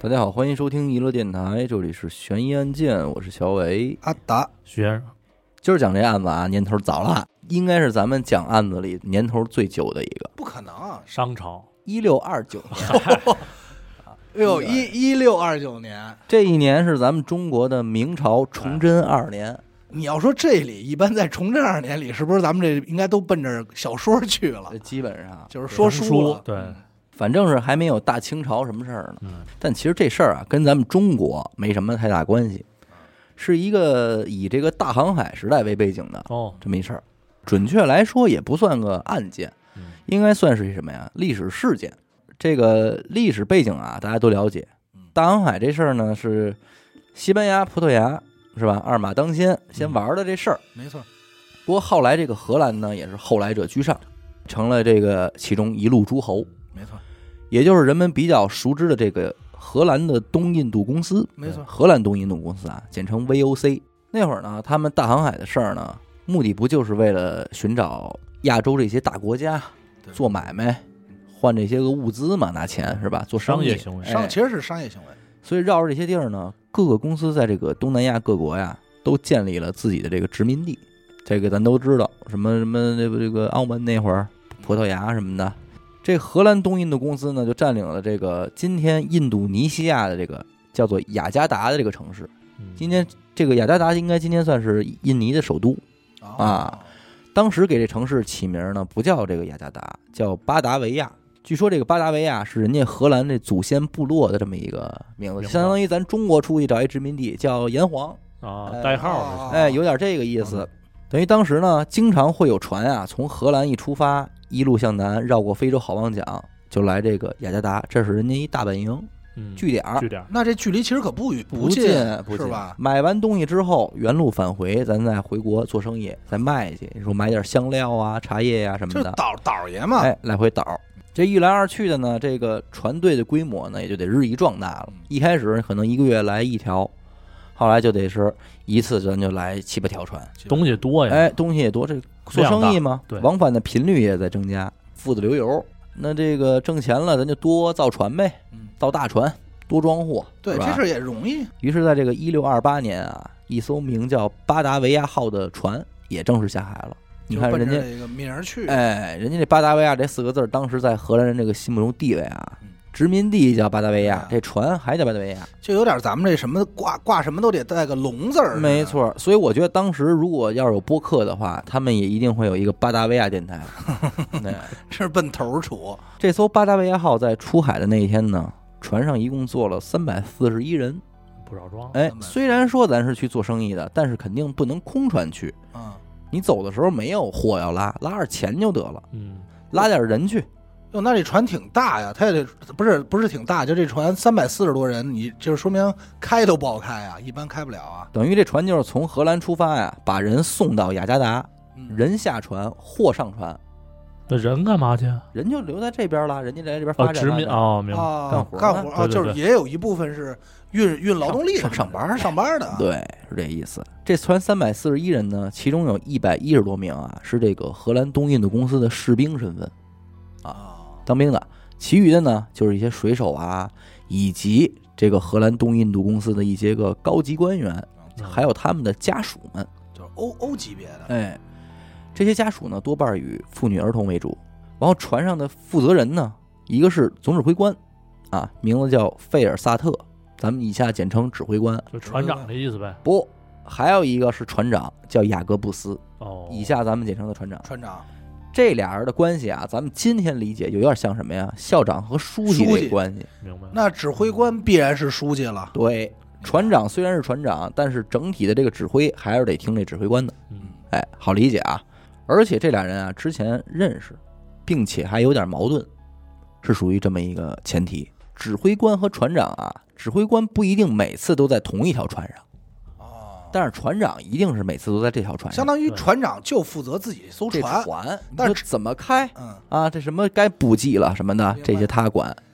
大家好，欢迎收听娱乐电台，这里是悬疑案件，我是小伟。 阿达徐先生， 今儿讲这案子啊，年头早了，应该是咱们讲案子里年头最久的一个。 不可能啊！ 商朝 1629年， 哎呦，1629年， 这一年是咱们中国的明朝崇祯2年。 你要说这里一般在崇祯2年里，是不是咱们这应该都奔着小说去了？ 基本上就是说书了。 对， 反正是还没有大清朝什么事儿呢。但其实这事儿啊，跟咱们中国没什么太大关系，是一个以这个大航海时代为背景的这么一事儿。准确来说，也不算个案件，应该算是一什么呀？历史事件。这个历史背景啊，大家都了解。大航海这事儿呢，是西班牙、葡萄牙是吧？二马当先，先玩的这事儿。 没错。 不过后来这个荷兰呢，也是后来者居上，成了这个其中一路诸侯。 没错。 也就是人们比较熟知的这个荷兰的东印度公司。 没错。 荷兰东印度公司啊，简称 VOC。那会儿呢，他们大航海的事儿呢，目的不就是为了寻找亚洲这些大国家做买卖，换这些个物资嘛，拿钱是吧？做商业行为， 其实是商业行为。 所以绕着这些地儿呢，各个公司在这个东南亚各国呀，都建立了自己的这个殖民地。这个咱都知道，什么这个澳门那会儿，葡萄牙什么的。这荷兰东印度公司呢，就占领了这个今天印度尼西亚的这个叫做雅加达的这个城市。今天这个雅加达应该今天算是印尼的首都啊。当时给这城市起名呢，不叫这个雅加达，叫巴达维亚。据说这个巴达维亚是人家荷兰这祖先部落的这么一个名字，相当于咱中国出去找一殖民地叫炎黄啊，代号有点这个意思。等于当时呢，经常会有船啊，从荷兰一出发，一路向南，绕过非洲好望角，就来这个雅加达，这是人家一大本营，据点。 那这距离其实可不近，是吧？ 买完东西之后，原路返回，咱再回国做生意，再卖去。你说买点香料啊、茶叶呀什么的， 就倒爷嘛。 来回倒。这一来二去的呢，这个船队的规模呢，也就得日益壮大了。一开始可能1个月来1条，后来就得是一次咱就来7、8条船， 东西多呀。 东西也多，这做生意嘛，往返的频率也在增加，富得流油。那这个挣钱了，咱就多造船呗，造大船，多装货， 对，这事也容易。 于是，在这个1628年啊，一艘名叫巴达维亚号的船也正式下海了。你看人家这个名儿去， 人家这巴达维亚这4个字，当时在荷兰人这个心目中地位啊，殖民地叫巴达维亚，这船还叫巴达维亚， 就有点咱们这什么挂什么都得带个龙字儿。 没错，所以我觉得当时如果要是有播客的话，他们也一定会有一个巴达维亚电台。 这是奔头处。 这艘巴达维亚号在出海的那一天呢，船上一共坐了341人， 不少装。 虽然说咱是去做生意的，但是肯定不能空船去。你走的时候没有货要拉点钱就得了。拉点人去。 哟，那这船挺大呀，它也得不是挺大，就这船340多人，你就是说明开都不好开啊，一般开不了啊。 等于这船就是从荷兰出发呀，把人送到雅加达，人下船，货上船。 那人干嘛去？ 人就留在这边了，人家在这边发展殖民明白， 干活啊，就是也有一部分是运劳动力上班的。 对，是这意思。这船341人呢，其中有110多名啊，是这个荷兰东印度公司的士兵身份当兵的，其余的呢就是一些水手啊，以及这个荷兰东印度公司的一些个高级官员，还有他们的家属们， 就是欧级别的。 这些家属呢多半以妇女儿童为主。然后船上的负责人呢，一个是总指挥官啊，名字叫费尔萨特，咱们以下简称指挥官， 就船长的意思呗。 不，还有一个是船长，叫雅各布斯。以下咱们简称的船长。这俩人的关系啊，咱们今天理解有点像什么呀？校长和书记的关系。 明白。 那指挥官必然是书记了。 对，船长虽然是船长，但是整体的这个指挥还是得听这指挥官的。好理解啊。而且这俩人啊之前认识，并且还有点矛盾，是属于这么一个前提。指挥官和船长啊，指挥官不一定每次都在同一条船上。但是船长一定是每次都在这条船上， 相当于船长就负责自己艘船， 但是怎么开这什么该补给了什么的，这些他管。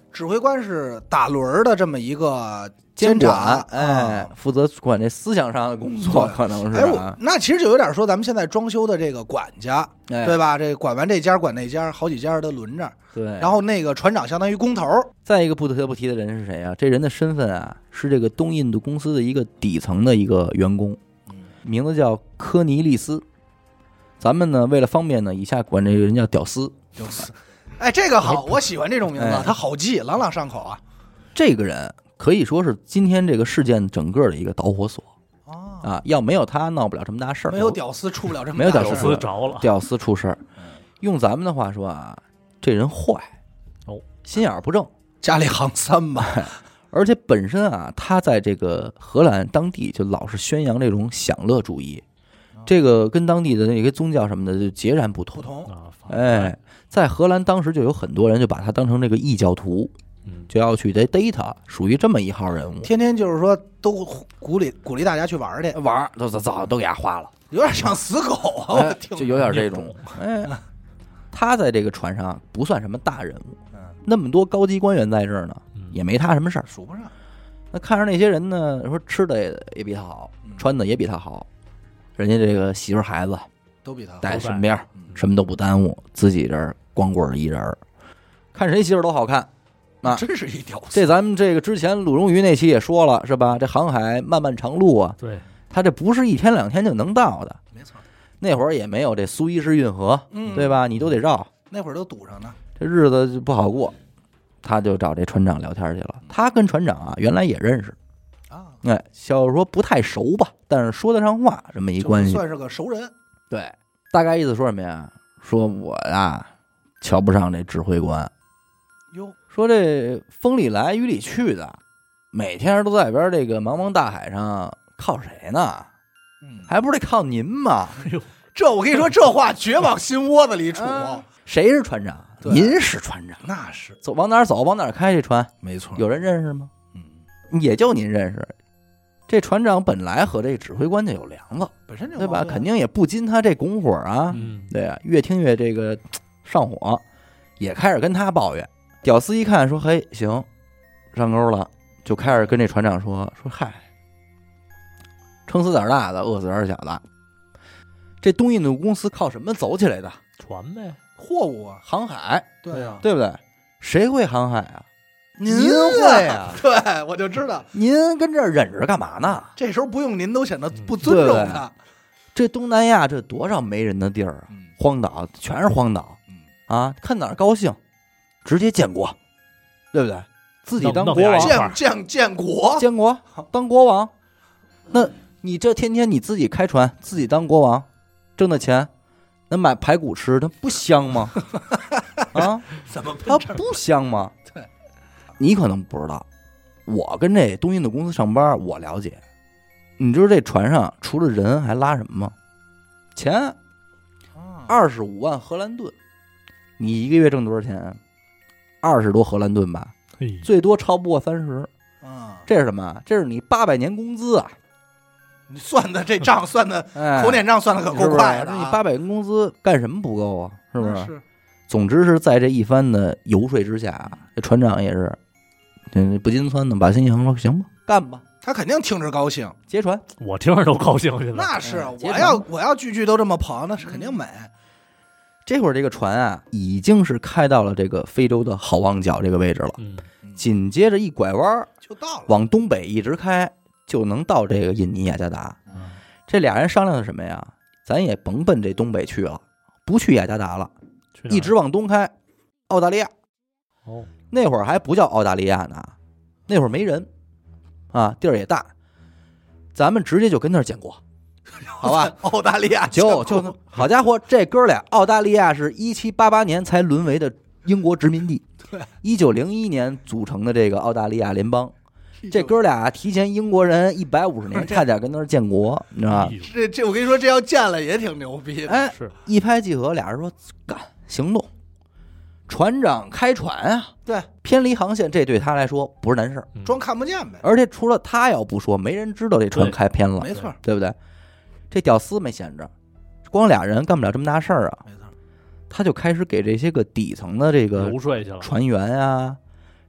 指挥官是打轮的这么一个监察， 负责管这思想上的工作，可能是那其实就有点说咱们现在装修的这个管家，对吧？这管完这家管那家，好几家的轮着。 对， 然后那个船长相当于工头。 再一个不得不提的人是谁啊？这人的身份啊，是这个东印度公司的一个底层的一个员工，名字叫科尼利斯。咱们呢，为了方便呢，以下管这个人叫屌丝。 屌丝，哎，这个好，我喜欢这种名字，他好记，朗朗上口啊。 这个人可以说是今天这个事件整个的一个导火索啊！要没有他，闹不了这么大事儿。 没有屌丝出不了这么大事儿。 屌丝着了， 屌丝出事儿。用咱们的话说啊，这人坏哦， 心眼不正， 家里行三吧。 而且本身啊，他在这个荷兰当地就老是宣扬这种享乐主义，这个跟当地的那些宗教什么的就截然不同。哎，在荷兰当时就有很多人就把他当成这个异教徒。就要去逮他，属于这么一号人物。 天天就是说，都鼓励大家去玩去， 都早都给他花了， 有点像死狗啊！我听就有点这种。哎，他在这个船上不算什么大人物，那么多高级官员在这儿呢，也没他什么事儿， 数不上。 那看着那些人呢，说吃的也比他好，穿的也比他好，人家这个媳妇孩子都比他好， 带在身边，什么都不耽误，自己这儿光棍一人，看谁媳妇都好看。啊， 真是一屌丝！ 这咱们这个之前鲁荣鱼那期也说了，是吧？这航海漫漫长路啊， 对， 他这不是一天两天就能到的。 没错， 那会儿也没有这苏伊士运河，对吧？你都得绕， 那会儿都堵上呢， 这日子就不好过。他就找这船长聊天去了。他跟船长啊，原来也认识啊， 哎，小说不太熟吧，但是说得上话，这么一关系， 算是个熟人。 对，大概意思说什么呀？说我呀，瞧不上这指挥官。 哟，说这风里来雨里去的，每天都在边这个茫茫大海上，靠谁呢？还不是得靠您吗？ 这我跟你说，这话绝往心窝子里杵。 谁是船长？您是船长， 那是走往哪儿走往哪儿开这船， 没错。 有人认识吗？也就您认识。这船长本来和这指挥官就有梁子， 本身就对吧？肯定也不禁他这拱火啊。对啊，越听越这个上火，也开始跟他抱怨。屌丝一看说：“嘿，行，上钩了。”就开始跟这船长说：“嗨，撑死胆大的，饿死胆小的。这东印度公司靠什么走起来的？ 船呗， 货物啊， 航海。 对啊， 对不对？谁会航海啊？ 您会啊？ 对，我就知道。 您跟这儿忍着干嘛呢？ 这时候不用您都显得不尊重他。 这东南亚这多少没人的地儿啊，荒岛全是荒岛啊，看哪儿高兴。”直接建国，对不对？自己当国王， 建国当国王。那你这天天你自己开船，自己当国王，挣的钱能买排骨吃，那不香吗？啊， 怎么它不香吗？ 对， 你可能不知道，我跟这东印度公司上班，我了解。你知道这船上除了人还拉什么吗？钱，25万荷兰盾。你一个月挣多少钱啊？20多荷兰盾吧，最多超不过30。这是什么？这是你800年工资啊！ 你算的这账算的，口点账算的可够快的。 你800年工资干什么不够啊？是不是？ 是。 总之是在这一番的游说之下，这船长也是不禁撺掇，把心一横说：“行吧，干吧。” 他肯定听着高兴， 劫船， 我听着都高兴。 那是我要句句都这么捧，那是肯定美。 这会儿这个船啊，已经是开到了这个非洲的好望角这个位置了。紧接着一拐弯就到了， 往东北一直开，就能到这个印尼雅加达。这俩人商量的什么呀？咱也甭奔这东北去了，不去雅加达了，一直往东开，澳大利亚。那会儿还不叫澳大利亚呢，那会儿没人啊，地儿也大，咱们直接就跟那儿建国。好吧， 澳大利亚就好家伙，这哥俩，澳大利亚是1788年才沦为的英国殖民地， 对 ，1901年组成的这个澳大利亚联邦，这哥俩提前英国人150年，差点跟那儿建国，你知道吧？ 这我跟你说，这要建了也挺牛逼的。 哎，是一拍即合，俩人说干，行动。船长开船啊， 对， 偏离航线，这对他来说不是难事， 装看不见呗。 而且除了他要不说，没人知道这船开偏了， 没错， 对不对？这屌丝没闲着，光俩人干不了这么大事儿啊！ 没错， 他就开始给这些个底层的这个游说去了， 船员啊，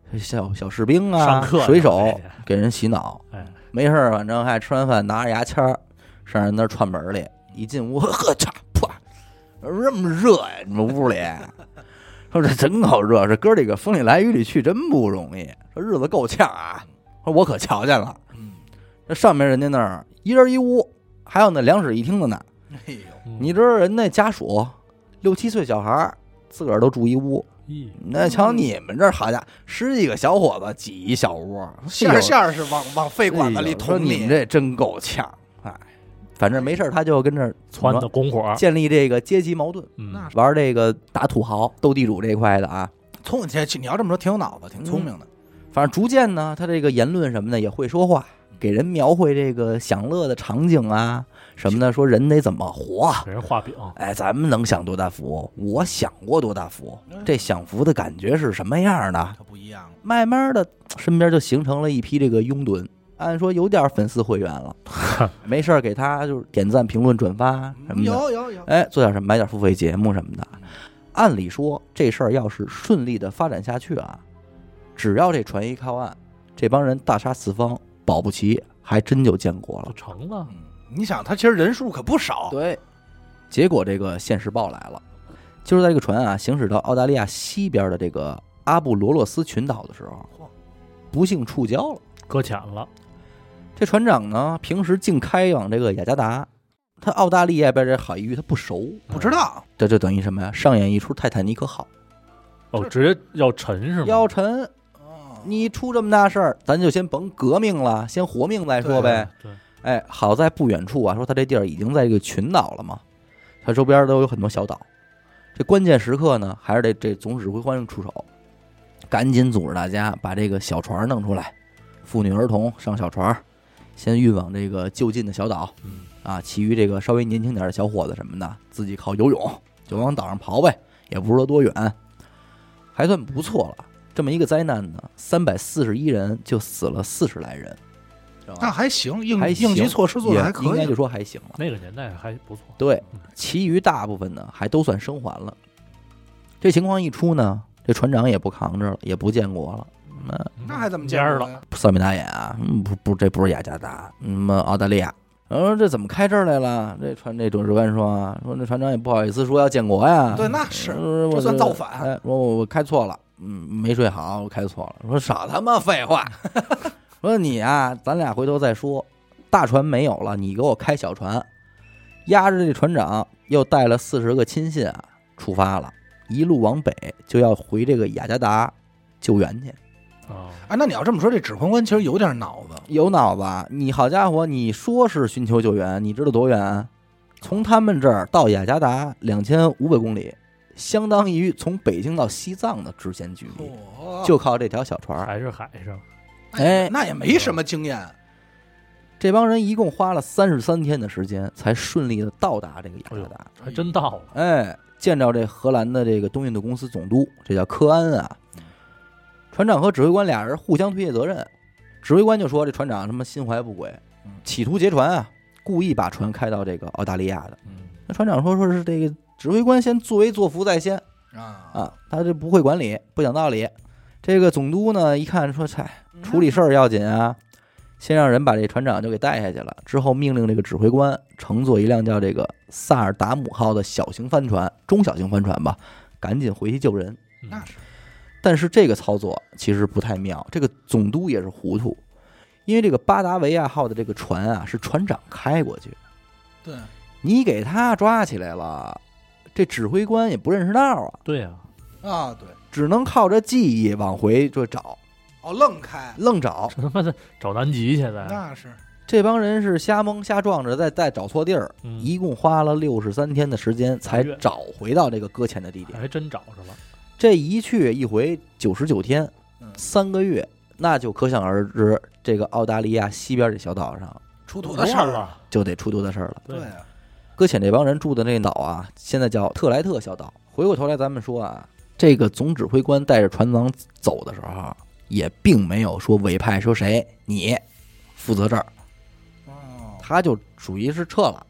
小士兵啊、 上课水手那天给人洗脑， 哎， 没事儿反正还吃完饭拿着牙签儿上人那儿串门里，一进屋呵嚓啪，这么热呀，你们屋里。说这真够热，这哥几个风里来雨里去真不容易，这日子够呛啊！说我可瞧见了，这上面人家那儿一人一屋，还有那2室1厅的呢。 哎呦， 你知道人那家属6、7岁小孩儿自个儿都住一屋，那瞧你们这儿好家伙，10几个小伙子挤一小屋， 线是往肺管子里说捅你们这真够呛，哎，反正没事他就跟这儿窜的拱火， 建立这个阶级矛盾， 那玩这个打土豪、斗地主这一块的啊。 你要这么说挺有脑子，挺聪明的。 反正逐渐呢，他这个言论什么的也会说话，给人描绘这个享乐的场景啊什么的，说人得怎么活， 给人画饼。 哎，咱们能享多大福？我享过多大福？这享福的感觉是什么样的？ 它不一样。 慢慢的，身边就形成了一批这个拥趸，按说有点粉丝会员了，没事给他就是点赞、评论、转发什么的。 有。 哎，做点什么，买点付费节目什么的。按理说，这事儿要是顺利的发展下去啊，只要这船一靠岸，这帮人大杀四方，保不齐还真就建国了， 就成了。 你想，他其实人数可不少。 对，结果这个现世报来了，就是在这个船啊行驶到澳大利亚西边的这个阿布罗洛斯群岛的时候，不幸触礁了， 搁浅了。 这船长呢，平时净开往这个雅加达，他澳大利亚边这海域他不熟， 不知道。 这就等于什么呀？上演一出泰坦尼克号。 哦，直接要沉是吗？ 要沉。你出这么大事儿，咱就先甭革命了，先活命再说呗。 对。 哎，好在不远处啊，说他这地儿已经在这个群岛了嘛，他周边都有很多小岛。这关键时刻呢，还是这总指挥官出手，赶紧组织大家把这个小船弄出来，妇女儿童上小船，先运往这个就近的小岛。啊，其余这个稍微年轻点的小伙子什么的，自己靠游泳就往岛上跑呗，也不是说多远，还算不错了。这么一个灾难呢，341人就死了40来人， 那还行，应行急措施做的还可以， 应该就说还行了。 那个年代还不错。 对，其余大部分呢还都算生还了。这情况一出呢，这船长也不扛着了，也不建国了。 那还怎么尖了？ 臊眉大眼啊！这不是雅加达，澳大利亚。这怎么开这儿来了？这董事官说那船长也不好意思说要建国呀。 对，那是这算造反。 哎，我开错了，没睡好，我开错了。说少他妈废话。说你啊，咱俩回头再说。大船没有了，你给我开小船，压着这船长又带了40个亲信啊，出发了，一路往北就要回这个雅加达救援去。 啊，那你要这么说，这指挥官其实有点脑子， 有脑子。你好家伙，你说是寻求救援，你知道多远？从他们这儿到雅加达2500公里，相当于从北京到西藏的直线距离，就靠这条小船， 还是海上。 哎， 那也没什么经验。 这帮人一共花了33天的时间，才顺利的到达这个雅加达， 还真到了。 哎，见着这荷兰的这个东印度公司总督，这叫科安啊。船长和指挥官俩人互相推卸责任，指挥官就说这船长什么心怀不轨，企图劫船啊，故意把船开到这个澳大利亚的。那船长说是这个指挥官先作威作福在先啊，他这不会管理，不讲道理。这个总督呢一看说，处理事儿要紧啊，先让人把这船长就给带下去了，之后命令这个指挥官乘坐一辆叫这个萨尔达姆号的小型帆船，中小型帆船吧，赶紧回去救人。 那是。 但是这个操作其实不太妙，这个总督也是糊涂，因为这个巴达维亚号的这个船啊是船长开过去， 对， 你给他抓起来了，这指挥官也不认识道啊。 对呀， 对， 只能靠着记忆往回就找。愣找， 这他妈的找南极去的。 那是这帮人是瞎蒙瞎撞着，再找错地儿，一共花了63天的时间才找回到这个搁浅的地点， 还真找着了。 这一去一回99天，3个月，那就可想而知，这个澳大利亚西边这小岛上出土的事儿了， 就得出土的事儿了。 对啊， 搁浅这帮人住的那岛啊，现在叫特莱特小岛。回过头来咱们说啊，这个总指挥官带着船长走的时候，也并没有说委派说谁你负责这儿，他就属于是撤了。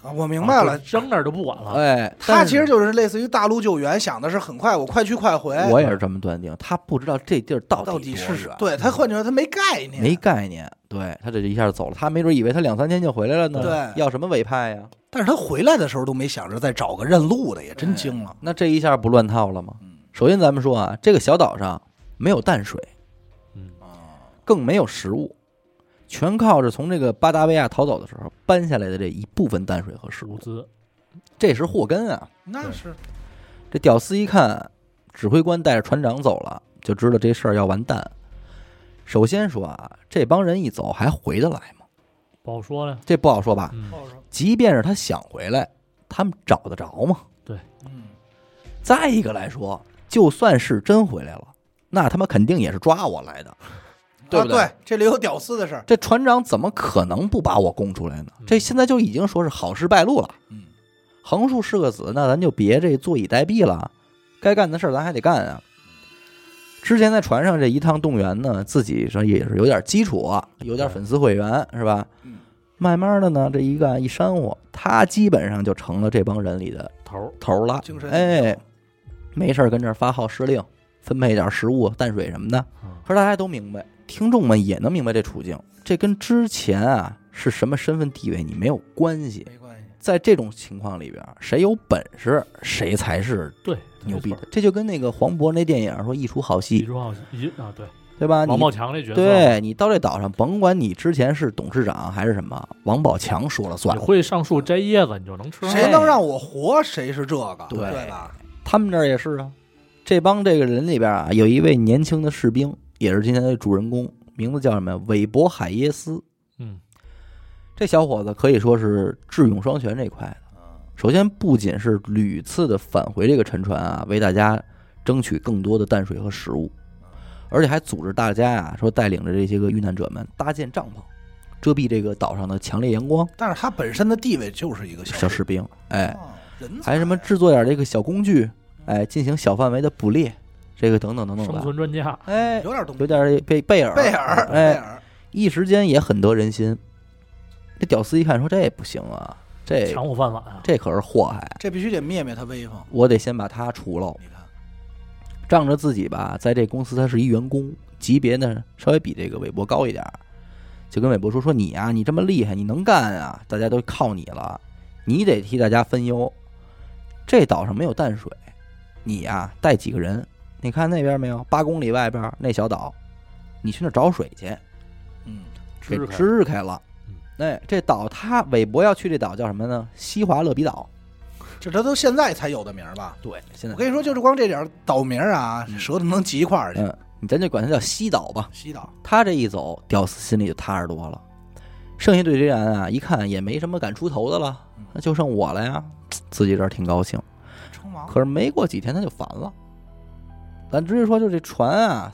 啊，我明白了， 扔那儿就不管了。 哎， 他其实就是类似于大陆救援，想的是很快，我快去快回。 我也是这么断定，他不知道这地儿到到底多远， 底是对他换句话说，他没概念， 没概念。对他这一下走了，他没准以为他2-3天就回来了呢。 对， 要什么委派呀？ 但是他回来的时候都没想着再找个认路的，也真惊了。 那这一下不乱套了吗？首先咱们说啊，这个小岛上没有淡水，更没有食物，全靠着从这个巴达维亚逃走的时候搬下来的这一部分淡水和食物，这是祸根啊。 那是这屌丝一看指挥官带着船长走了，就知道这事儿要完蛋。首先说啊，这帮人一走还回得来吗？ 不好说了， 这不好说吧。 不好说。 即便是他想回来，他们找得着吗？ 对， 再一个来说，就算是真回来了，那他妈肯定也是抓我来的，对不对？ 对，这里有屌丝的事儿。 这船长怎么可能不把我供出来呢？这现在就已经说是好事败露了。横竖是个子，那咱就别这坐以待毙了，该干的事儿咱还得干啊。之前在船上这一趟动员呢，自己说也是有点基础，有点粉丝会员是吧？慢慢的呢，这一干一煽乎，他基本上就成了这帮人里的头了。哎，没事跟这儿发号施令，分配点食物、淡水什么的。可是大家都明白，听众们也能明白这处境，这跟之前啊是什么身份地位你没有关系。 没关系。在这种情况里边，谁有本事谁才是对牛逼的。这就跟那个黄渤那电影说一出好戏， 对。 对吧？ 王宝强这角色， 对你到这岛上，甭管你之前是董事长还是什么，王宝强说了算。 你会上树摘叶子，你就能吃。 谁能让我活，谁是这个， 对吧？ 他们这儿也是啊。这帮这个人里边啊，有一位年轻的士兵，也是今天的主人公，名字叫什么呀？韦伯海耶斯。这小伙子可以说是智勇双全这块的。首先，不仅是屡次的返回这个沉船啊，为大家争取更多的淡水和食物。而且还组织大家啊，说带领着这些个遇难者们搭建帐篷，遮蔽这个岛上的强烈阳光。 但是他本身的地位就是一个小士兵，哎， 还什么制作点这个小工具，哎，进行小范围的捕猎，这个等等等等生存专家， 哎， 有点东西， 有点贝尔，哎，一时间也很得人心。这屌丝一看说这不行啊，这抢我饭碗啊， 这可是祸害， 这必须得灭灭他威风， 我得先把他除了。仗着自己吧，在这公司他是一员工，级别呢稍微比这个韦伯高一点，就跟韦伯说你啊，你这么厉害，你能干啊，大家都靠你了，你得替大家分忧。这岛上没有淡水，你呀带几个人，你看那边没有，8公里外边那小岛，你去那找水去，给支开了。哎，这岛他韦伯要去这岛叫什么呢？西华勒比岛。 这都现在才有的名吧？ 对，现在我跟你说，就是光这点岛名啊，舌头能挤一块儿去。 咱就管它叫西岛吧。 西岛， 他这一走，屌丝心里就踏实多了。剩下对这人啊，一看也没什么敢出头的了，那就剩我了呀，自己这儿挺高兴。可是没过几天他就烦了。咱直接说，就这船啊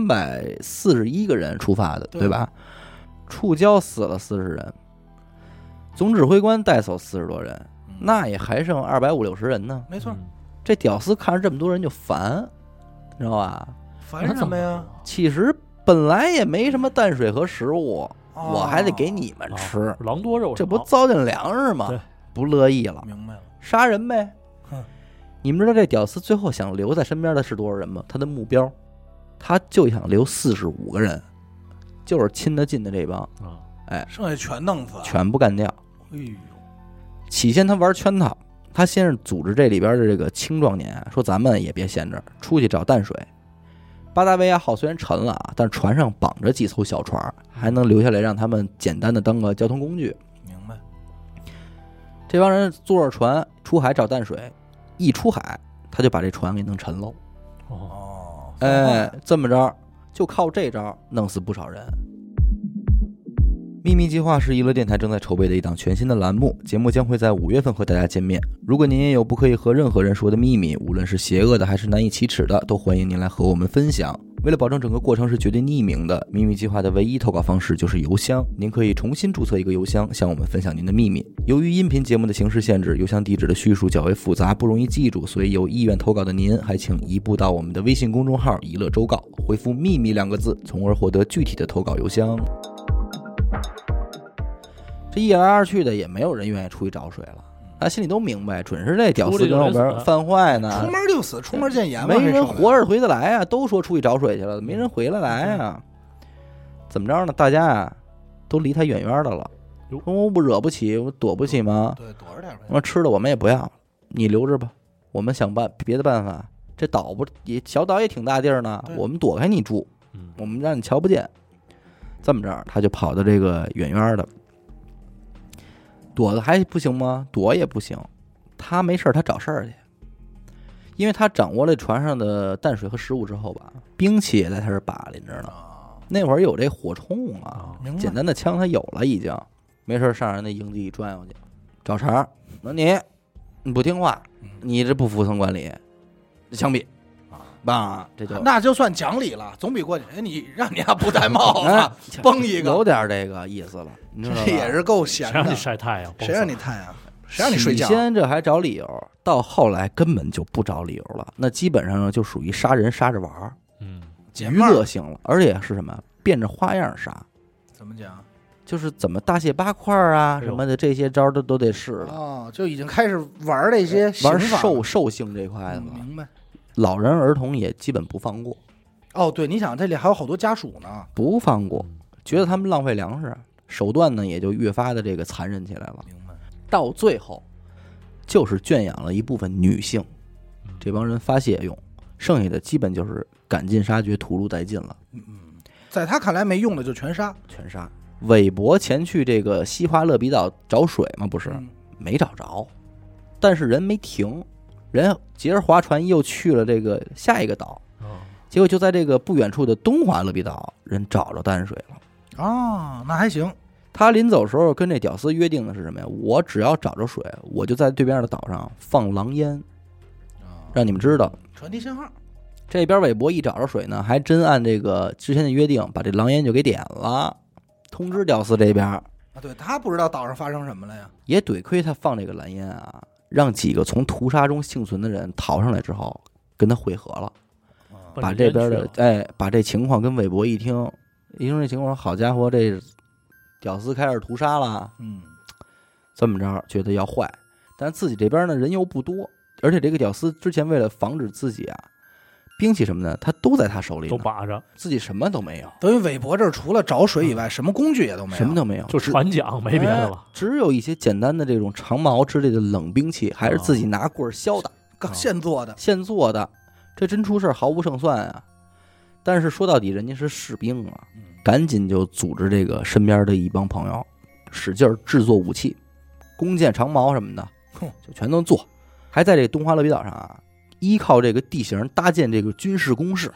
，341个人出发的，对吧？触礁死了40人，总指挥官带走40多人。那也还剩250-260人呢， 没错。 这屌丝看着这么多人就烦，你知道吧？ 烦什么呀？ 其实本来也没什么淡水和食物，我还得给你们吃， 狼多肉少， 这不糟践粮食吗？不乐意了， 明白了， 杀人呗。你们知道这屌丝最后想留在身边的是多少人吗？他的目标，他就想留45个人，就是亲得近的这帮，哎， 剩下全弄死， 全部干掉。 哎呦！ 起先他玩圈套，他先是组织这里边的这个青壮年，说咱们也别闲着，出去找淡水。巴达维亚号虽然沉了啊，但船上绑着几艘小船，还能留下来让他们简单的当个交通工具。 明白。 这帮人坐着船出海找淡水，一出海他就把这船给弄沉喽。哎，这么着就靠这招弄死不少人。秘密计划是娱乐电台正在筹备的一档全新的栏目，节目将会在5月份和大家见面。如果您也有不可以和任何人说的秘密，无论是邪恶的还是难以启齿的，都欢迎您来和我们分享。为了保证整个过程是绝对匿名的，秘密计划的唯一投稿方式就是邮箱，您可以重新注册一个邮箱，向我们分享您的秘密。由于音频节目的形式限制，邮箱地址的叙述较为复杂，不容易记住，所以有意愿投稿的您，还请移步到我们的微信公众号“娱乐周告”，回复“秘密”2个字，从而获得具体的投稿邮箱。 这一来二去的也没有人愿意出去找水了。他心里都明白，准是这屌丝跟后边犯坏呢， 出门就死，出门见阎嘛， 没人活着回得来啊！都说出去找水去了，没人回来啊！怎么着呢？大家啊，都离他远远的了。我不惹不起，我躲不起吗？ 对，躲着点。 我吃的我们也不要，你留着吧。我们想别的办法。这岛不也小岛也挺大地儿呢，我们躲开你住，我们让你瞧不见。这么着，他就跑到这个远远的。躲的还不行吗？躲也不行，他没事他找事儿去，因为他掌握了船上的淡水和食物之后吧，兵器也在他这把拎着呢。那会儿有这火铳啊，简单的枪他有了已经，没事上人那营地转悠去，找茬。那你不听话，你这不服从管理，枪毙啊！这就那就算讲理了，总比过去你让你不戴帽子崩一个， 有点这个意思了。你知道吧？ 这也是够闲的。 谁让你晒太阳？ 谁让你太阳？谁让你睡觉？ 起先这还找理由，到后来根本就不找理由了。那基本上呢，就属于杀人杀着玩儿，娱乐性了，而且是什么变着花样杀。 怎么讲？ 就是怎么大卸八块啊什么的，这些招都得试了。 哦，就已经开始玩这些玩兽性这块的了。 明白。 老人儿童也基本不放过。 哦，对，你想这里还有好多家属呢， 不放过，觉得他们浪费粮食，手段呢也就越发的这个残忍起来了。 明白。 到最后，就是圈养了一部分女性，这帮人发泄用，剩下的基本就是赶尽杀绝、屠戮殆尽了。 在他看来没用的就全杀。 韦伯前去这个西华勒比岛找水嘛，不是、没找着，但是人没停，人接着划船又去了这个下一个岛，结果就在这个不远处的东华勒比岛，人找着淡水了。 哦，那还行。 他临走时候跟这屌丝约定的是什么呀？我只要找着水，我就在对边的岛上放狼烟，让你们知道传递信号。 这边韦伯一找着水呢，还真按这个之前的约定，把这狼烟就给点了，通知屌丝这边。啊， 对，他不知道岛上发生什么了呀。 也得亏他放这个蓝烟啊，让几个从屠杀中幸存的人逃上来之后，跟他会合了，把这边的把这情况跟韦伯一听这情况，好家伙，这屌丝开始屠杀了。这么着觉得要坏，但是自己这边呢人又不多，而且这个屌丝之前为了防止自己啊。兵器什么的，他都在他手里， 都把着， 自己什么都没有。 等于韦伯这除了找水以外，什么工具也都没有， 什么都没有， 就船桨没别的了， 只有一些简单的这种长矛之类的冷兵器，还是自己拿棍削的， 刚现做的，这真出事毫无胜算啊！但是说到底，人家是士兵啊，赶紧就组织这个身边的一帮朋友，使劲制作武器，弓箭、长矛什么的，就全都做，还在这东华勒比岛上啊。依靠这个地形搭建这个军事工事，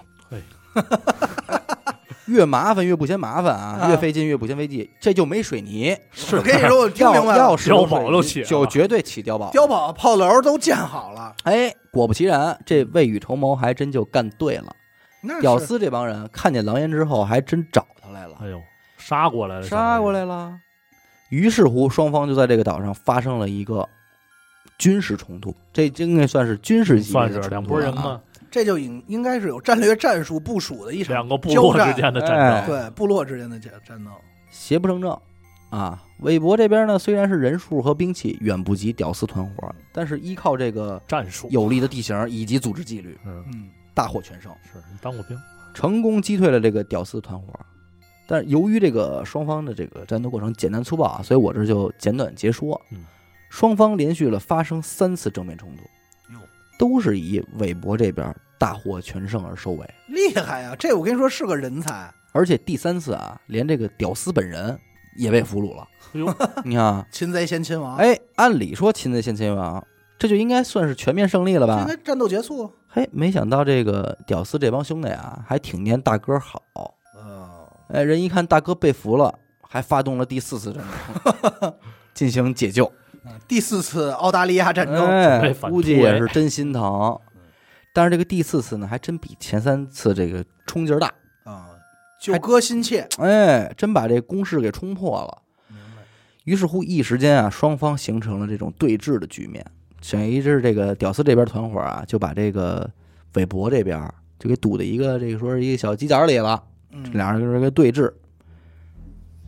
越麻烦越不嫌麻烦啊，越费劲越不嫌费劲，这就没水泥。 我跟你说，我听明白了， 要是碉堡都起， 就绝对起碉堡， 炮楼都建好了。 哎，果不其然，这未雨绸缪还真就干对了。屌丝这帮人看见狼烟之后，还真找他来了。 哎呦，杀过来了。于是乎，双方就在这个岛上发生了一个军事冲突，这应该算是军事级别的冲突， 算是两拨人嘛。 这就应该是有战略战术部署的一场两个部落之间的战争，对部落之间的战斗， 邪不胜正啊！韦伯这边呢，虽然是人数和兵器远不及屌丝团伙，但是依靠这个战术、 有利的地形以及组织纪律，大获全胜。 是你当过兵， 成功击退了这个屌丝团伙。但是由于这个双方的这个战斗过程简单粗暴啊，所以我这就简短截说。双方连续了发生3次正面冲突，都是以韦伯这边大获全胜而收尾。 厉害呀！这我跟你说是个人才。 而且第3次啊，连这个屌丝本人也被俘虏了。你看， 擒贼先擒王。 哎，按理说擒贼先擒王，这就应该算是全面胜利了吧？ 应该战斗结束。 嘿，没想到这个屌丝这帮兄弟啊，还挺念大哥好。哎，人一看大哥被俘了，还发动了第4次战争，进行解救。 第4次澳大利亚战争， 估计也是真心疼。但是这个第4次呢，还真比前3次这个冲劲儿大啊，救哥心切。 哎，真把这攻势给冲破了。于是乎，一时间啊，双方形成了这种对峙的局面。等于是这个屌丝这边团伙啊，就把这个韦伯这边就给堵在一个这个说是一个小犄角里了。这俩人就是个对峙。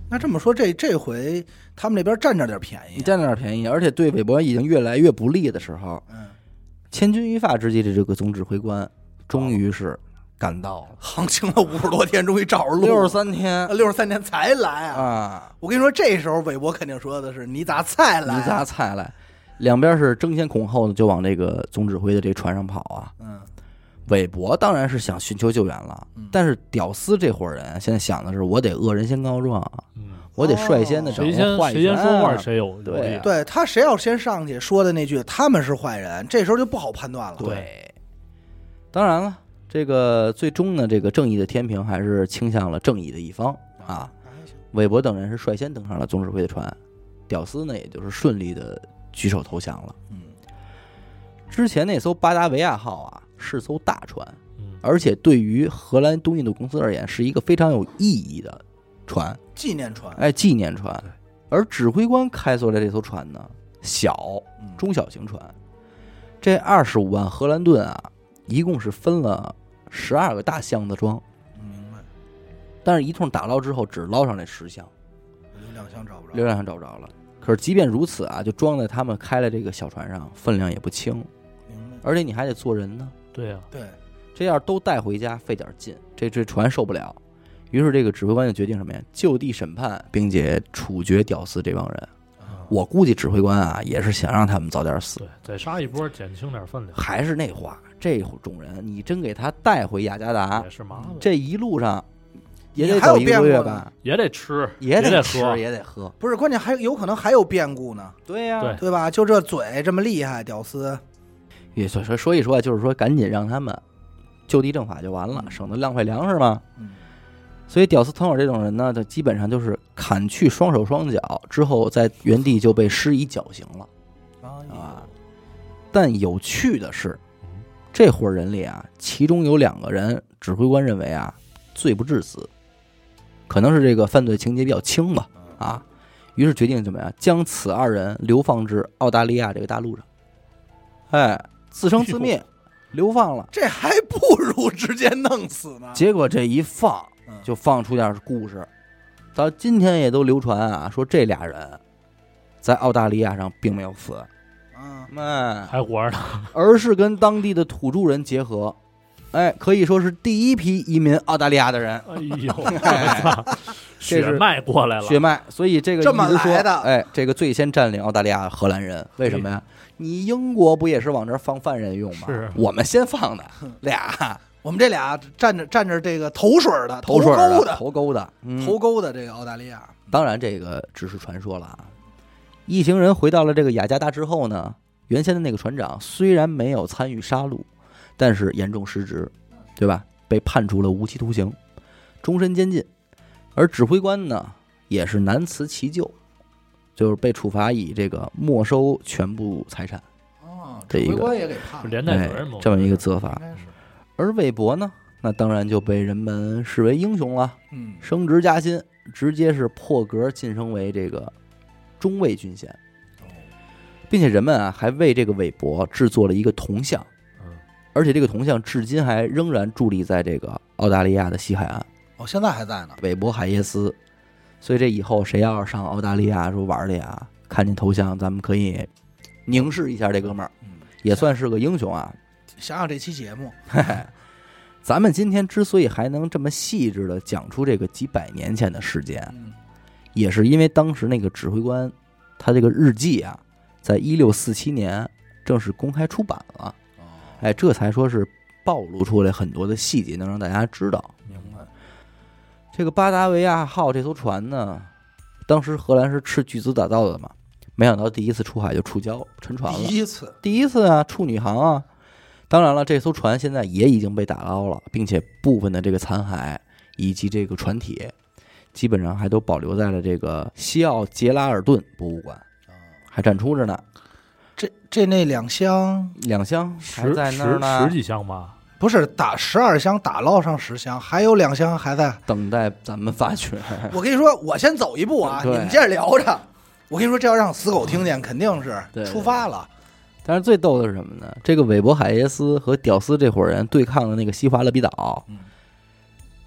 那这么说，这回他们那边占着点便宜， 占着点便宜，而且对韦伯已经越来越不利的时候，千钧一发之际的这个总指挥官终于是赶到了， 航行了50多天，终于找着路 63天 ，63天才来啊！我跟你说，这时候韦伯肯定说的是：“你咋才来？ 你咋才来？”两边是争先恐后的，就往这个总指挥的这船上跑啊。韦伯当然是想寻求救援了，但是屌丝这伙人现在想的是，我得恶人先告状，我得率先的掌握话语权， 谁先说话谁有对他谁要先上去说的那句他们是坏人，这时候就不好判断了。 对，当然了，这个最终呢，这个正义的天平还是倾向了正义的一方啊。韦伯等人是率先登上了总指挥的船，屌丝呢也就是顺利的举手投降了。之前那艘巴达维亚号啊是艘大船，而且对于荷兰东印度公司而言是一个非常有意义的船， 纪念船。 纪念船。而指挥官开所的这艘船呢，中小型船。这25万荷兰吨啊，一共是分了12个大箱子装。 明白。 但是一通打捞之后，只捞上来10箱， 流量箱找不着了。可是即便如此啊，就装在他们开了这个小船上，分量也不轻。而且你还得做人呢。 对呀， 对， 这要都带回家费点劲，这船受不了。于是这个指挥官就决定什么呀？就地审判，并且处决屌丝这帮人。我估计指挥官啊也是想让他们早点死， 对，再杀一波，减轻点分量。 还是那话，这种人你真给他带回雅加达， 也是麻烦。 这一路上也得走1个多月吧， 也得吃， 也得喝， 也得喝。 不是，关键还有可能还有变故呢。 对呀， 对吧？就这嘴这么厉害，屌丝。 也所以说，就是说赶紧让他们就地正法就完了，省得浪费粮食嘛。所以屌丝藤尾这种人呢，他基本上就是砍去双手双脚之后，在原地就被施以绞刑了啊。但有趣的是，这伙人里啊，其中有2个人，指挥官认为啊，罪不至死，可能是这个犯罪情节比较轻吧啊。于是决定怎么样，将此2人流放至澳大利亚这个大陆上，自生自灭，流放了。 这还不如直接弄死呢。 结果这一放，就放出点故事，到今天也都流传啊，说这俩人在澳大利亚上并没有死， 还活着， 而是跟当地的土著人结合，可以说是第一批移民澳大利亚的人。 哎呦，血脉过来了， 血脉。所以这个这么来的， 这个最先占领澳大利亚的荷兰人，为什么呀？你英国不也是往这儿放犯人用吗？ 是我们先放的俩。 我们这俩站着这个头水的、 头钩的这个澳大利亚。 当然，这个只是传说了啊。一行人回到了这个雅加达之后呢，原先的那个船长虽然没有参与杀戮，但是严重失职，对吧？被判处了无期徒刑，终身监禁。而指挥官呢，也是难辞其咎，就是被处罚以这个没收全部财产。这一个指挥官也给判了， 连带责任这么一个责罚。而韦伯呢，那当然就被人们视为英雄了，升职加薪，直接是破格晋升为这个中尉军衔，并且人们啊还为这个韦伯制作了一个铜像，而且这个铜像至今还仍然伫立在这个澳大利亚的西海岸。 现在还在呢， 韦伯海耶斯。所以这以后谁要是上澳大利亚说玩去啊，看见头像，咱们可以凝视一下这哥们儿，也算是个英雄啊。 想想这期节目， 咱们今天之所以还能这么细致的讲出这个几百年前的事件，也是因为当时那个指挥官他这个日记啊，在1647年正式公开出版了，这才说是暴露出来很多的细节，能让大家知道。 明白。 这个巴达维亚号这艘船呢，当时荷兰是斥巨资打造的嘛，没想到第一次出海就触礁沉船了，第一次啊，处女航啊。当然了，这艘船现在也已经被打捞了，并且部分的这个残骸以及这个船体，基本上还都保留在了这个西奥杰拉尔顿博物馆，还展出着呢。 这那2箱还在那儿呢， 十几箱吧？ 不是，打12箱打捞上10箱，还有2箱还在等待咱们发掘。 我跟你说，我先走一步啊，你们接着聊着。我跟你说，这要让死狗听见，肯定是出发了。 但是最逗的是什么呢？这个韦伯海耶斯和屌丝这伙人对抗的那个西华勒比岛，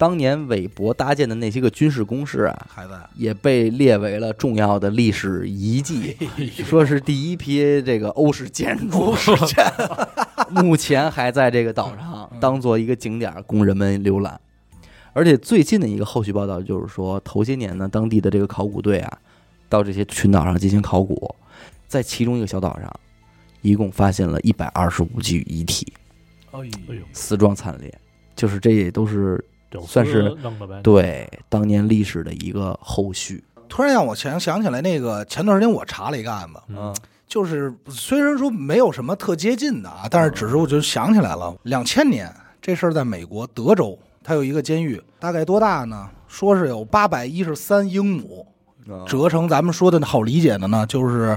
当年韦伯搭建的那些个军事工事啊， 还在， 也被列为了重要的历史遗迹，说是第一批这个欧式建筑，目前还在这个岛上当做一个景点供人们浏览。而且最近的一个后续报道就是说，头些年呢，当地的这个考古队啊，到这些群岛上进行考古，在其中一个小岛上，一共发现了125具遗体，死状惨烈，就是这也都是算是对当年历史的一个后续。 突然让我想起来，那个前段时间我查了一个案子，就是虽然说没有什么特接近的啊，但是只是我就想起来了，2000年这事儿在美国德州，它有一个监狱，大概多大呢？说是有813英亩，折成咱们说的好理解的呢，就是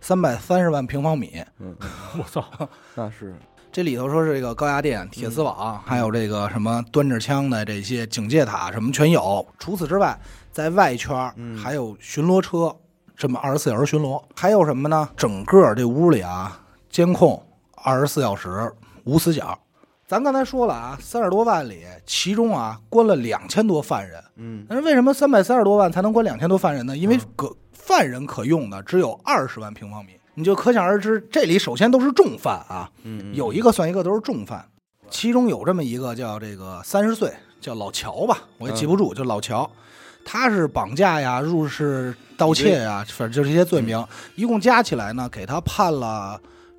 330万平方米。 我操， 那是。 这里头说是这个高压电、铁丝网，还有这个什么端着枪的这些警戒塔什么全有。除此之外，在外圈还有巡逻车，这么24小时巡逻。还有什么呢？整个这屋里啊，监控24小时无死角。咱刚才说了啊，30多万里，其中啊关了2000多犯人。但是为什么330多万才能关2000多犯人呢？因为犯人可用的只有20万平方米。你就可想而知，这里首先都是重犯啊，有一个算一个都是重犯，其中有这么一个叫这个30岁，叫老乔吧，我也记不住，就老乔，他是绑架呀、入室盗窃呀，反正就这些罪名，一共加起来呢，给他判了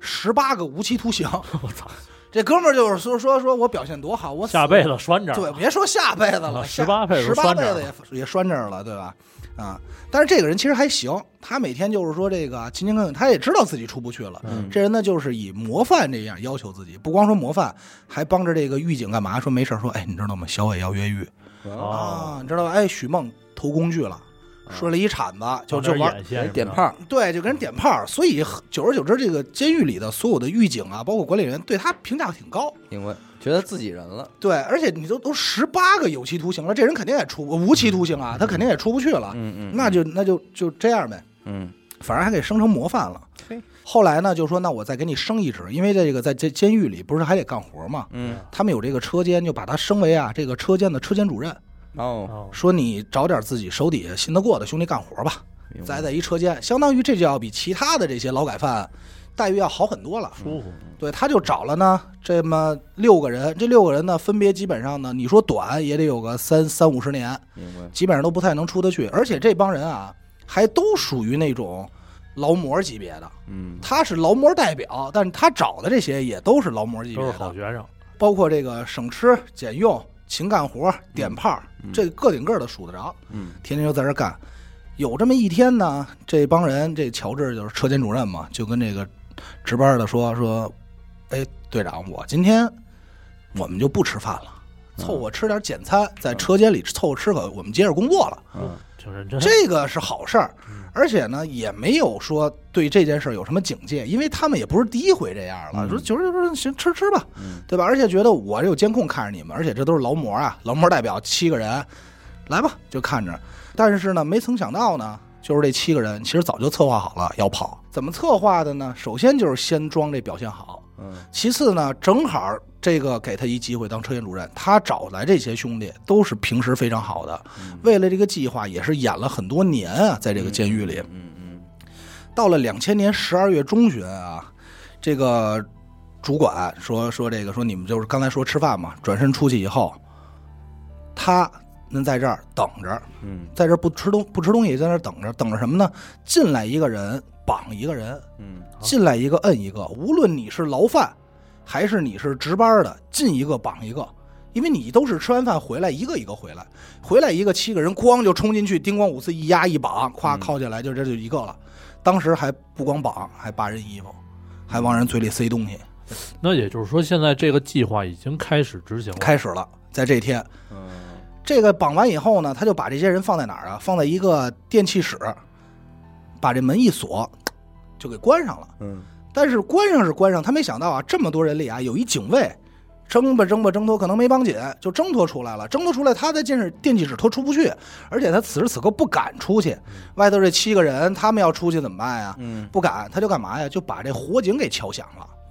18个无期徒刑。 我操！ 这哥们儿就是说我表现多好，我下辈子拴这儿， 对，别说下辈子了 ，18辈子也拴这儿了，对吧？啊，但是这个人其实还行，他每天就是说这个勤勤恳恳，他也知道自己出不去了。这人呢，就是以模范这样要求自己，不光说模范，还帮着这个狱警干嘛？说没事，说哎，你知道吗？小伟要越狱啊，你知道吧？哎，许梦偷工具了。顺了一铲子，就玩点炮， 对，就跟人点炮，所以久而久之，这个监狱里的所有的狱警啊，包括管理员，对他评价挺高， 因为觉得自己人了。 对，而且你都18个有期徒刑了，这人肯定也无期徒刑啊，他肯定也出不去了。那就这样呗。反正还给升成模范了。后来呢，就说那我再给你升一职，因为这个在监狱里不是还得干活嘛。他们有这个车间，就把他升为啊这个车间的车间主任。说你找点自己手底下信得过的兄弟干活吧，在一车间，相当于这就要比其他的这些劳改犯待遇要好很多了， 舒服。 对，他就找了呢这么6个人，这6个人呢分别基本上呢，你说短也得有个30-50年，基本上都不太能出得去，而且这帮人啊还都属于那种劳模级别的，他是劳模代表，但是他找的这些也都是劳模级别的， 都是好学生， 包括这个省吃俭用。勤干活点炮，这个顶个的数得着，天天就在这干。有这么一天呢，这帮人，这乔治就是车间主任嘛，就跟这个值班的说，哎，队长，今天我们就不吃饭了，凑合吃点简餐，在车间里凑合吃口，我们接着工作了。 挺认真， 这个是好事儿，而且呢，也没有说对这件事有什么警戒，因为他们也不是第一回这样了，说就是行吃吧，对吧？而且觉得我有监控看着你们，而且这都是劳模啊，劳模代表7个人，来吧，就看着。但是呢，没曾想到呢，就是这7个人其实早就策划好了要跑，怎么策划的呢？首先就是先装这表现好，其次呢，正好这个给他一机会当车间主任，他找来这些兄弟都是平时非常好的，为了这个计划也是演了很多年啊，在这个监狱里。到了2000年12月中旬啊，这个主管说这个说你们就是刚才说吃饭嘛，转身出去以后，他能在这儿等着，在这儿不吃东西，在那儿等着什么呢？进来一个人绑一个人，进来一个摁一个，无论你是牢犯还是你是值班的，进一个绑一个，因为你都是吃完饭回来一个一个回来一个7个人咣就冲进去，叮咣5次一压一绑，咵铐起来，就这就一个了。当时还不光绑，还扒人衣服，还往人嘴里塞东西。 那也就是说，现在这个计划已经开始执行了， 开始了，在这天。这个绑完以后呢，他就把这些人放在哪儿啊？放在一个电器室，把这门一锁，就给关上了。但是关上是关上，他没想到啊，这么多人里啊，有一警卫挣脱，可能没绑紧，就挣脱出来了。挣脱出来，他在电器室他出不去，而且他此时此刻不敢出去。外头这7个人，他们要出去怎么办呀？不敢，他就干嘛呀？就把这火警给敲响了。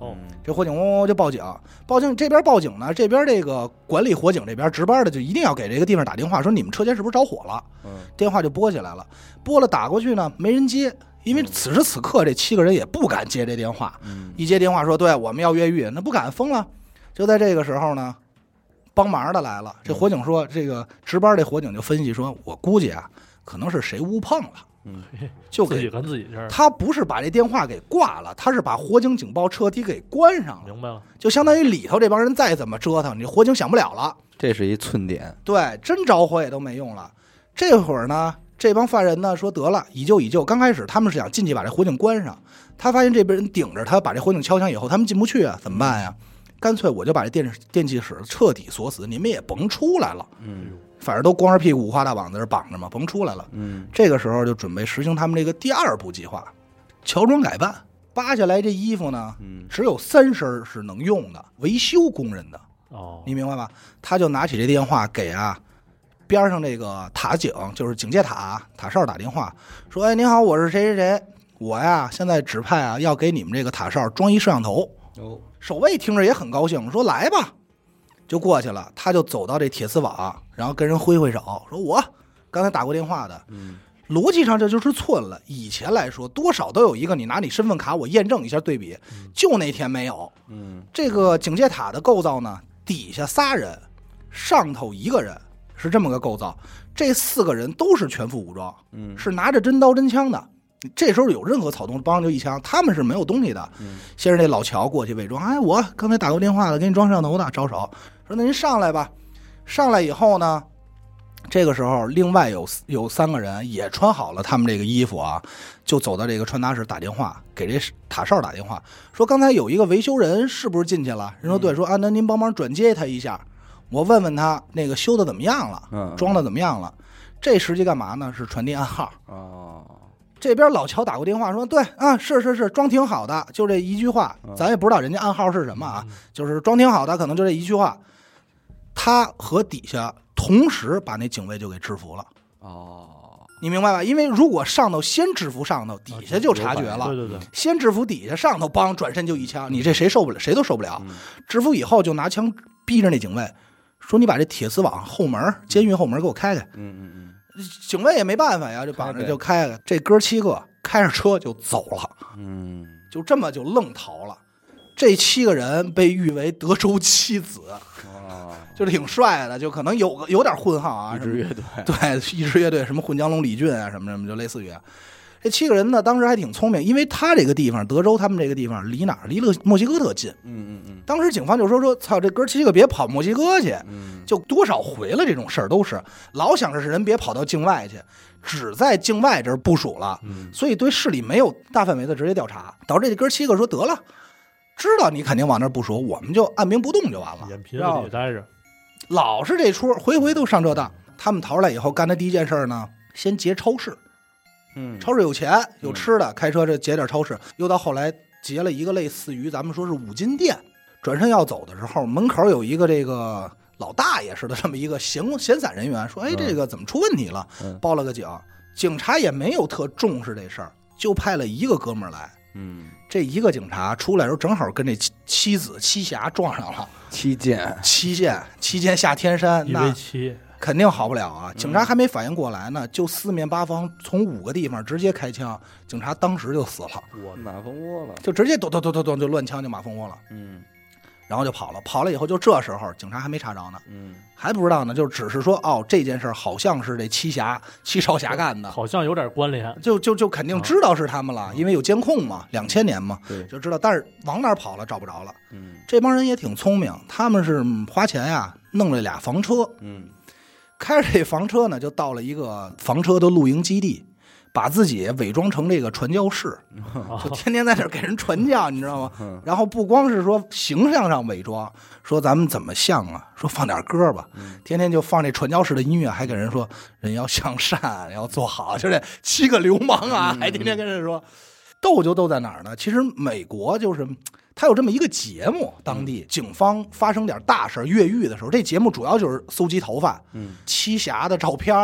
哦， 这火警嗡嗡就报警，这边报警呢，这边这个管理火警这边值班的就一定要给这个地方打电话，说你们车间是不是着火了？电话就拨起来了，拨了打过去呢，没人接，因为此时此刻这7个人也不敢接这电话，一接电话说对我们要越狱，那不敢，疯了。就在这个时候呢，帮忙的来了，这火警说，这个值班这火警就分析说，我估计啊，可能是谁误碰了。就自己跟自己这儿， 他不是把这电话给挂了，他是把火警警报彻底给关上了。 明白了， 就相当于里头这帮人再怎么折腾，你火警响不了了。 这是一寸点。 对，真着火也都没用了。这会儿呢，这帮犯人呢说得了，以救。刚开始他们是想进去把这火警关上，他发现这边人顶着他把这火警敲响以后，他们进不去啊，怎么办呀？干脆我就把这电气室彻底锁死，你们也甭出来了。反正都光着屁股五花大绑在这绑着嘛，甭出来了。这个时候就准备实行他们这个第2步计划，乔装改扮。扒下来这衣服呢，只有3身是能用的，维修工人的。你明白吧？他就拿起这电话给边上这个塔警，就是警戒塔哨打电话，说：“哎，您好，我是谁谁谁，我呀现在指派要给你们这个塔哨装一摄像头。”守卫听着也很高兴，说：“来吧。”就过去了，他就走到这铁丝网，然后跟人挥手，说：“我刚才打过电话的。”逻辑上这就是寸了。以前来说，多少都有一个，你拿你身份卡，我验证一下对比。就那天没有。这个警戒塔的构造呢，底下3人，上头1个人，是这么个构造。这4个人都是全副武装，是拿着真刀真枪的。这时候有任何草动，帮就一枪，他们是没有东西的。先是那老乔过去伪装，哎，我刚才打过电话了，给你装摄像头的，招手说那您上来吧。上来以后呢，这个时候另外有3个人也穿好了他们这个衣服啊，就走到这个传达室打电话，给这塔哨打电话，说刚才有一个维修人是不是进去了？人说对，说那您帮忙转接他一下，我问问他那个修的怎么样了，装的怎么样了。这实际干嘛呢？是传递暗号。这边老乔打过电话说，对啊，是装挺好的，就这一句话，咱也不知道人家暗号是什么啊，就是装挺好的，可能就这一句话。他和底下同时把那警卫就给制服了。你明白吧？因为如果上头先制服上头，底下就察觉了。 对， 先制服底下，上头帮转身就一枪，你这谁受不了？谁都受不了。制服以后就拿枪逼着那警卫，说你把这铁丝网后门，监狱后门给我开开。警卫也没办法呀，就绑着就开了。这哥7个开着车就走了，就这么就愣逃了。这7个人被誉为德州7子，就挺帅的，就可能有点混号啊， 一支乐队， 对，一支乐队什么混江龙李俊啊，什么就类似于。这7个人呢，当时还挺聪明，因为他这个地方，德州他们这个地方离哪儿？离了墨西哥特近。当时警方就说，操，这哥7个别跑墨西哥去，就多少回了这种事儿都是，老想着是人别跑到境外去，只在境外这儿部署了，所以对市里没有大范围的直接调查，导致这哥7个说得了，知道你肯定往那儿部署，我们就按兵不动就完了， 眼皮子里待着， 老是这出，回回都上这当。他们逃出来以后干的第一件事呢，先劫超市。超市有钱有吃的，开车这劫点超市，又到后来劫了一个类似于咱们说是五金店。转身要走的时候，门口有一个这个老大爷似的这么一个闲散人员，说：“哎，这个怎么出问题了？”报了个警，警察也没有特重视这事儿，就派了一个哥们儿来。这一个警察出来的时候，正好跟这七侠撞上了。七剑下天山，那 1v7 肯定好不了啊！警察还没反应过来呢，就四面八方从5个地方直接开枪，警察当时就死了， 我马蜂窝了， 就直接咚就乱枪就马蜂窝了。然后就跑了以后，就这时候警察还没查着呢，还不知道呢，就只是说哦，这件事好像是这七少侠干的， 好像有点关联， 就肯定知道是他们了，因为有监控嘛，2000年嘛，就知道，但是往哪儿跑了找不着了。这帮人也挺聪明，他们是花钱呀弄了俩房车，开着这房车呢，就到了一个房车的露营基地，把自己伪装成这个传教士，就天天在那儿给人传教，你知道吗？然后不光是说形象上伪装，说咱们怎么像啊？说放点歌吧，天天就放这传教士的音乐，还给人说人要向善，要做好，就这7个流氓啊，还天天跟人说。斗就斗在哪儿呢？其实美国就是他有这么一个节目，当地警方发生点大事越狱的时候，这节目主要就是搜集逃犯，七侠的照片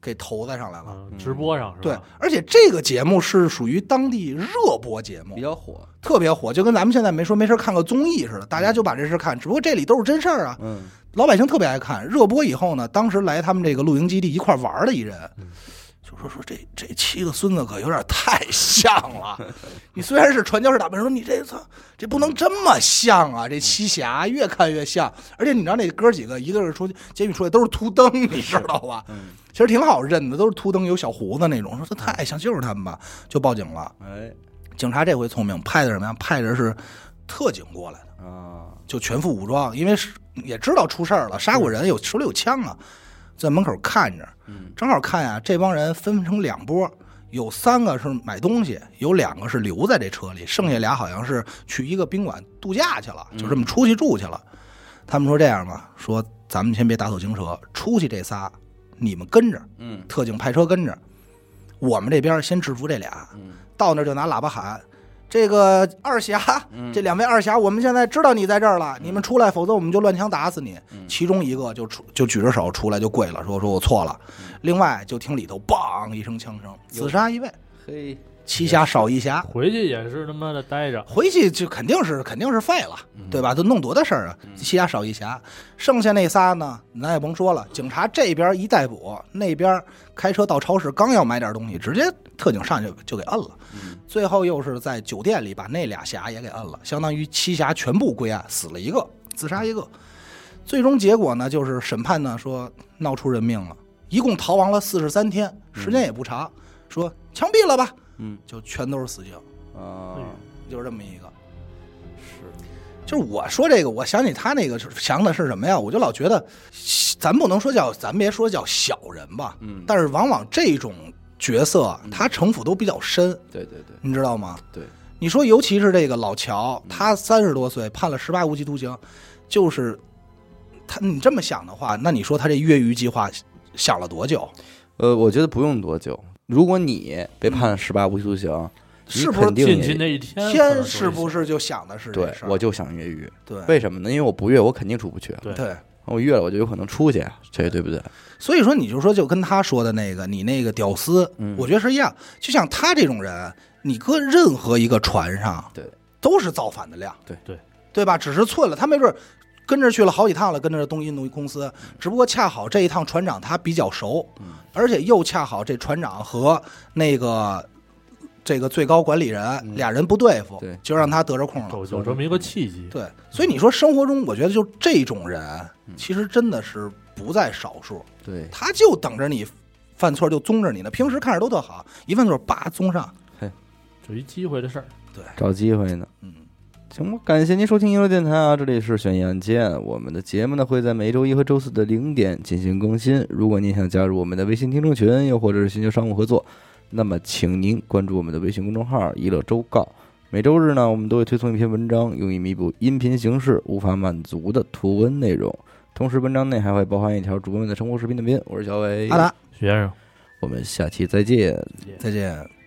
给投在上来了。 直播上是吧？ 对，而且这个节目是属于当地热播节目， 比较火， 特别火，就跟咱们现在没事看个综艺似的，大家就把这事看，只不过这里都是真事儿啊。老百姓特别爱看。热播以后呢，当时来他们这个露营基地一块玩的一人，就说这7个孙子可有点太像了。你虽然是传教士打扮，说你这不能这么像啊！这七侠越看越像，而且你知道那哥几个，一个是出监狱出来都是秃灯，你知道吧？其实挺好认的，都是秃灯有小胡子那种。说这太像，就是他们吧，就报警了。警察这回聪明，派的什么呀？派的是特警过来的啊，就全副武装，因为也知道出事儿了，杀过人，手里有枪啊，在门口看着。正好看呀，这帮人分成2波，有3个是买东西，有2个是留在这车里，剩下俩好像是去一个宾馆度假去了，就这么出去住去了。他们说这样吧，说咱们先别打草惊蛇，出去这仨你们跟着，特警派车跟着，我们这边先制服这俩，到那就拿喇叭喊。这个二侠，这2位二侠，我们现在知道你在这儿了，你们出来，否则我们就乱枪打死你。其中一个就举着手出来就跪了，说我错了。另外就听里头梆一声枪声，自杀1位。嘿，7侠少1侠， 回去也是他妈的待着， 回去就肯定是废了，对吧？都弄多大事儿啊！7侠少1侠，剩下那仨呢，咱也甭说了。警察这边一逮捕，那边开车到超市，刚要买点东西，直接特警上去就给摁了。最后又是在酒店里把那俩侠也给摁了，相当于7侠全部归案，死了1个，自杀1个。最终结果呢，就是审判呢说闹出人命了，一共逃亡了43天，时间也不长，说枪毙了吧。就全都是死刑啊，就是这么一个。就是我说这个，我想起他那个想的是什么呀？我就老觉得，咱别说叫小人吧，但是往往这种角色他城府都比较深， 对， 你知道吗？ 对， 你说尤其是这个老乔，他30多岁判了18无期徒刑，就是你这么想的话，那你说他这越狱计划想了多久？ 我觉得不用多久。如果你被判18无期徒刑， 是不是进去那一天是不是就想的是这事儿？ 对，我就想越狱。 对， 为什么呢？因为我不越，我肯定出不去。 对， 我越了，我就有可能出去，这对不对？ 所以说，你就说，就跟他说的那个，你那个屌丝，我觉得是一样。就像他这种人，你搁任何一个船上， 对， 都是造反的料， 对吧？只是寸了，他没准跟着去了好几趟了，跟着东印度公司，只不过恰好这一趟船长他比较熟，而且又恰好这船长和那个这个最高管理人俩人不对付，就让他得着空了， 有这么一个契机。 对，所以你说生活中，我觉得就这种人，其实真的是不在少数。 对， 他就等着你犯错就宗着你呢，平时看着都特好，一犯错叭宗上， 就一机会的事儿。 对， 找机会呢。行吧，感谢您收听娱乐电台啊，这里是悬疑案件。我们的节目呢会在每周1和周4的0点进行更新。如果您想加入我们的微信听众群，又或者是寻求商务合作，那么请您关注我们的微信公众号“娱乐周告”。每周日呢，我们都会推送一篇文章，用以弥补音频形式无法满足的图文内容。同时，文章内还会包含一条主播们的生活视频短片。我是小伟， 阿达徐先生， 我们下期再见， 再见。